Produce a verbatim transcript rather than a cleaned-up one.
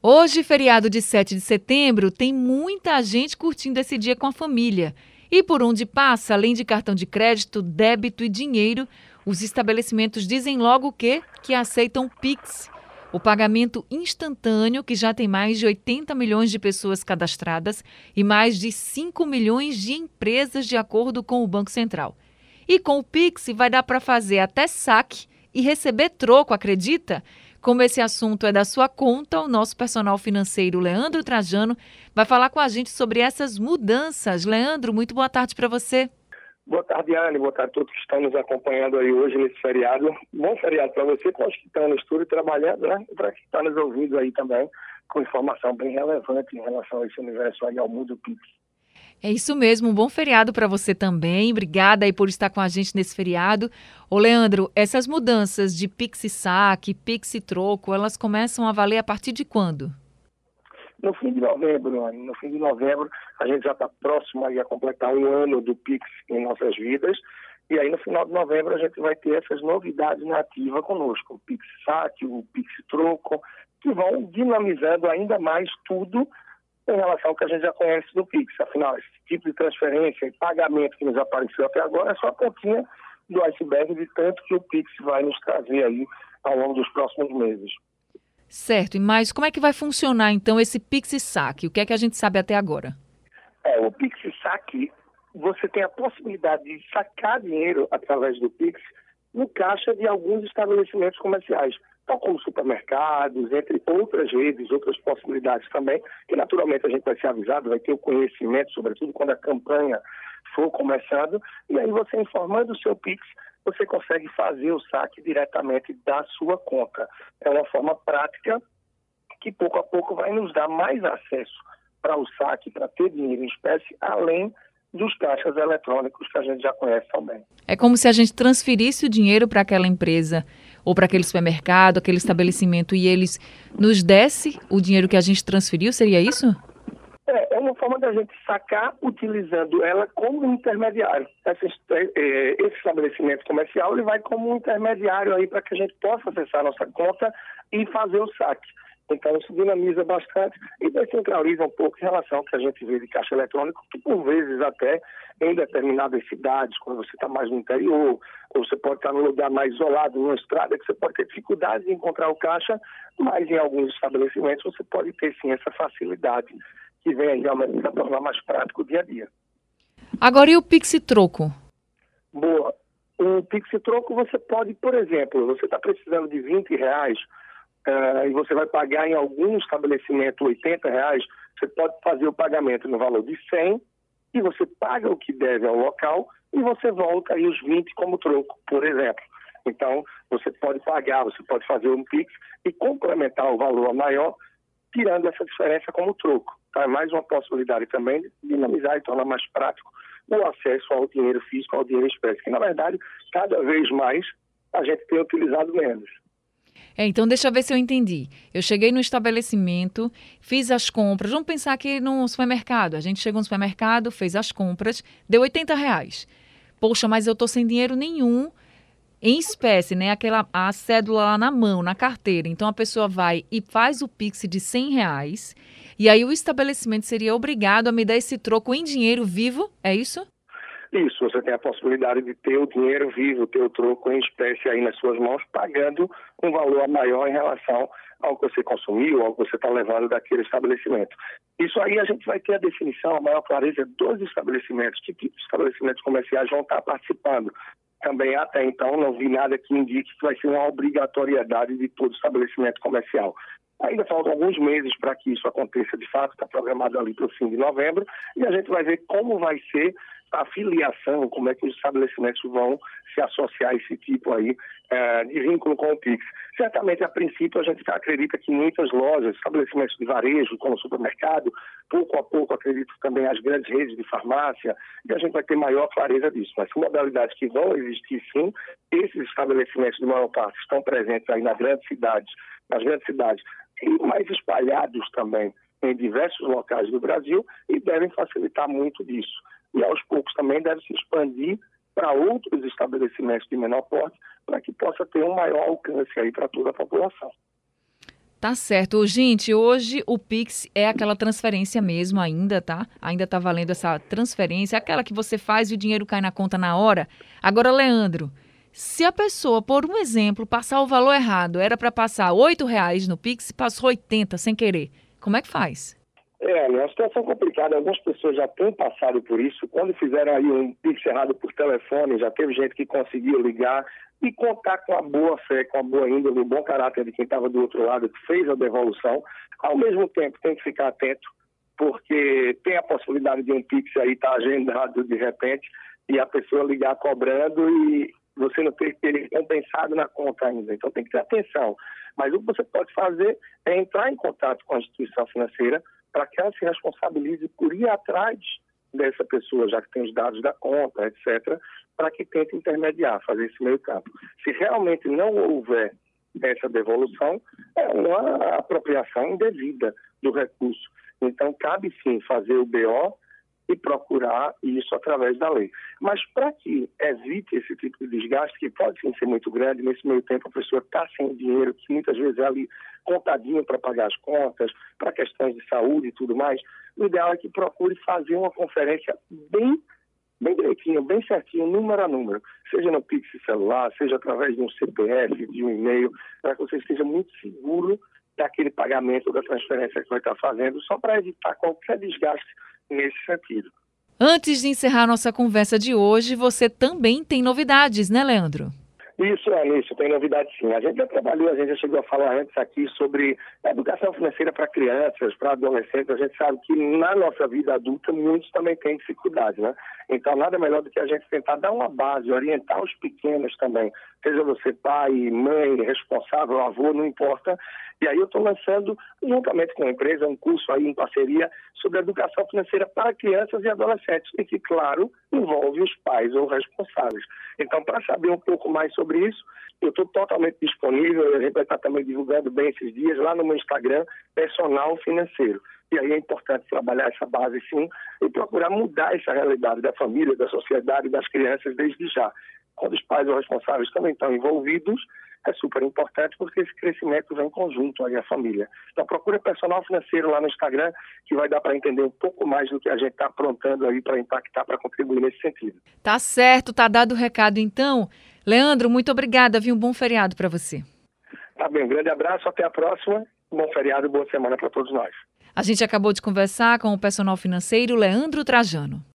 Hoje, feriado de sete de setembro, tem muita gente curtindo esse dia com a família. E por onde passa, além de cartão de crédito, débito e dinheiro, os estabelecimentos dizem logo o quê? Que aceitam Pix, o pagamento instantâneo, que já tem mais de oitenta milhões de pessoas cadastradas e mais de cinco milhões de empresas, de acordo com o Banco Central. E com o Pix vai dar para fazer até saque e receber troco, acredita? Como esse assunto é da sua conta, o nosso personal financeiro, Leandro Trajano, vai falar com a gente sobre essas mudanças. Leandro, muito boa tarde para você. Boa tarde, Anne. Boa tarde a todos que estão nos acompanhando aí hoje nesse feriado. Bom feriado para você, para os que estão no estúdio trabalhando, né? E para quem está nos ouvindo aí também, com informação bem relevante em relação a esse universo aí, ao mundo Pix. É isso mesmo, um bom feriado para você também. Obrigada aí por estar com a gente nesse feriado. Ô Leandro, essas mudanças de Pix e Saque, Pix e Troco, elas começam a valer a partir de quando? No fim de novembro, Anne, no fim de novembro, a gente já está próximo aí a completar um ano do Pix em nossas vidas. E aí no final de novembro a gente vai ter essas novidades na ativa conosco. O Pix Saque, o Pix Troco, que vão dinamizando ainda mais tudo em relação ao que a gente já conhece do Pix. Afinal, esse tipo de transferência e pagamento que nos apareceu até agora é só a pontinha do iceberg de tanto que o Pix vai nos trazer aí ao longo dos próximos meses. Certo, mas como é que vai funcionar então esse Pix e Saque? O que é que a gente sabe até agora? É, o Pix e Saque, você tem a possibilidade de sacar dinheiro através do Pix no caixa de alguns estabelecimentos comerciais, tal como supermercados, entre outras redes, outras possibilidades também, que naturalmente a gente vai ser avisado, vai ter o conhecimento, sobretudo quando a campanha for começando, e aí você informando o seu Pix, você consegue fazer o saque diretamente da sua conta. É uma forma prática que pouco a pouco vai nos dar mais acesso para o saque, para ter dinheiro em espécie, além dos caixas eletrônicos que a gente já conhece também. É como se a gente transferisse o dinheiro para aquela empresa ou para aquele supermercado, aquele estabelecimento, e eles nos desse o dinheiro que a gente transferiu, seria isso? É, é uma forma da gente sacar utilizando ela como um intermediário. Esse, esse estabelecimento comercial ele vai como um intermediário aí para que a gente possa acessar a nossa conta e fazer o saque. Então, isso dinamiza bastante e descentraliza um pouco em relação ao que a gente vê de caixa eletrônico, que por vezes até em determinadas cidades, quando você está mais no interior, ou você pode estar num lugar mais isolado, numa estrada, que você pode ter dificuldade de encontrar o caixa, mas em alguns estabelecimentos você pode ter sim essa facilidade que vem aí realmente para tornar mais prático o dia a dia. Agora, e o Pix e Troco? Boa. O Pix e Troco você pode, por exemplo, você está precisando de vinte reais, Uh, e você vai pagar em algum estabelecimento oitenta reais, você pode fazer o pagamento no valor de cem e você paga o que deve ao local e você volta aí os vinte como troco, por exemplo. Então, você pode pagar, você pode fazer um Pix e complementar o valor maior, tirando essa diferença como troco. Então, é mais uma possibilidade também de dinamizar e tornar mais prático o acesso ao dinheiro físico, ao dinheiro em espécie, que na verdade, cada vez mais a gente tem utilizado menos. É, então deixa eu ver se eu entendi. Eu cheguei no estabelecimento, fiz as compras. Vamos pensar aqui no supermercado. A gente chegou no supermercado, fez as compras, deu oitenta reais. Poxa, mas eu estou sem dinheiro nenhum em espécie, né? Aquela, a cédula lá na mão, na carteira. Então a pessoa vai e faz o Pix de cem reais. E aí o estabelecimento seria obrigado a me dar esse troco em dinheiro vivo, é isso? Isso, você tem a possibilidade de ter o dinheiro vivo, ter o troco em espécie aí nas suas mãos, pagando um valor maior em relação ao que você consumiu, ao que você está levando daquele estabelecimento. Isso aí a gente vai ter a definição, a maior clareza dos estabelecimentos, que tipos de estabelecimentos comerciais vão estar participando. Também até então não vi nada que indique que vai ser uma obrigatoriedade de todo estabelecimento comercial. Ainda faltam alguns meses para que isso aconteça de fato, está programado ali para o fim de novembro, e a gente vai ver como vai ser a filiação, como é que os estabelecimentos vão se associar a esse tipo aí é, de vínculo com o Pix. Certamente, a princípio, a gente acredita que muitas lojas, estabelecimentos de varejo, como supermercado, pouco a pouco, acredito também as grandes redes de farmácia, e a gente vai ter maior clareza disso. Mas são modalidades que vão existir sim, esses estabelecimentos, de maior parte, estão presentes aí nas grandes cidades, nas grandes cidades, e mais espalhados também em diversos locais do Brasil e devem facilitar muito disso. E aos poucos também deve se expandir para outros estabelecimentos de menor porte para que possa ter um maior alcance aí para toda a população. Tá certo. Ô, gente, hoje o Pix é aquela transferência mesmo ainda, tá? Ainda tá valendo essa transferência, aquela que você faz e o dinheiro cai na conta na hora. Agora, Leandro, se a pessoa, por um exemplo, passar o valor errado, era para passar oito reais no Pix, passou oitenta sem querer, como é que faz? É, é uma situação complicada. Algumas pessoas já têm passado por isso. Quando fizeram aí um Pix errado por telefone, já teve gente que conseguiu ligar e contar com a boa fé, com a boa índole, o bom caráter de quem estava do outro lado, que fez a devolução. Ao mesmo tempo, tem que ficar atento, porque tem a possibilidade de um Pix aí estar agendado de repente e a pessoa ligar cobrando e você não ter ele compensado na conta ainda. Então tem que ter atenção. Mas o que você pode fazer é entrar em contato com a instituição financeira para que ela se responsabilize por ir atrás dessa pessoa, já que tem os dados da conta, etcétera, para que tente intermediar, fazer esse meio campo. Se realmente não houver essa devolução, é uma apropriação indevida do recurso. Então, cabe sim fazer o B O e procurar isso através da lei. Mas para que evite esse tipo de desgaste, que pode sim ser muito grande, nesse meio tempo a pessoa está sem dinheiro, que muitas vezes é ali contadinho para pagar as contas, para questões de saúde e tudo mais, o ideal é que procure fazer uma conferência bem, bem direitinho, bem certinho, número a número, seja no Pix celular, seja através de um C P F, de um e-mail, para que você esteja muito seguro daquele pagamento, da transferência que vai estar fazendo, só para evitar qualquer desgaste nesse sentido. Antes de encerrar nossa conversa de hoje, você também tem novidades, né, Leandro? Isso, é isso, tem novidade sim. A gente já trabalhou, a gente já chegou a falar antes aqui sobre a educação financeira para crianças, para adolescentes. A gente sabe que na nossa vida adulta muitos também têm dificuldade, né? Então nada melhor do que a gente tentar dar uma base, orientar os pequenos também. Seja você pai, mãe, responsável, avô, não importa. E aí eu estou lançando, juntamente com a empresa, um curso aí em parceria sobre educação financeira para crianças e adolescentes, e que, claro, envolve os pais ou responsáveis. Então, para saber um pouco mais sobre isso, eu estou totalmente disponível, a gente vai estar também divulgando bem esses dias lá no meu Instagram, Personal Financeiro. E aí é importante trabalhar essa base, sim, e procurar mudar essa realidade da família, da sociedade, das crianças desde já. Quando os pais ou responsáveis também estão envolvidos, é super importante porque esse crescimento vem em conjunto aí a família. Então procura Personal Financeiro lá no Instagram, que vai dar para entender um pouco mais do que a gente está aprontando aí para impactar, para contribuir nesse sentido. Tá certo, tá dado o recado então. Leandro, muito obrigada, viu? Um bom feriado para você. Tá bem, um grande abraço, até a próxima. Bom feriado e boa semana para todos nós. A gente acabou de conversar com o personal financeiro Leandro Trajano.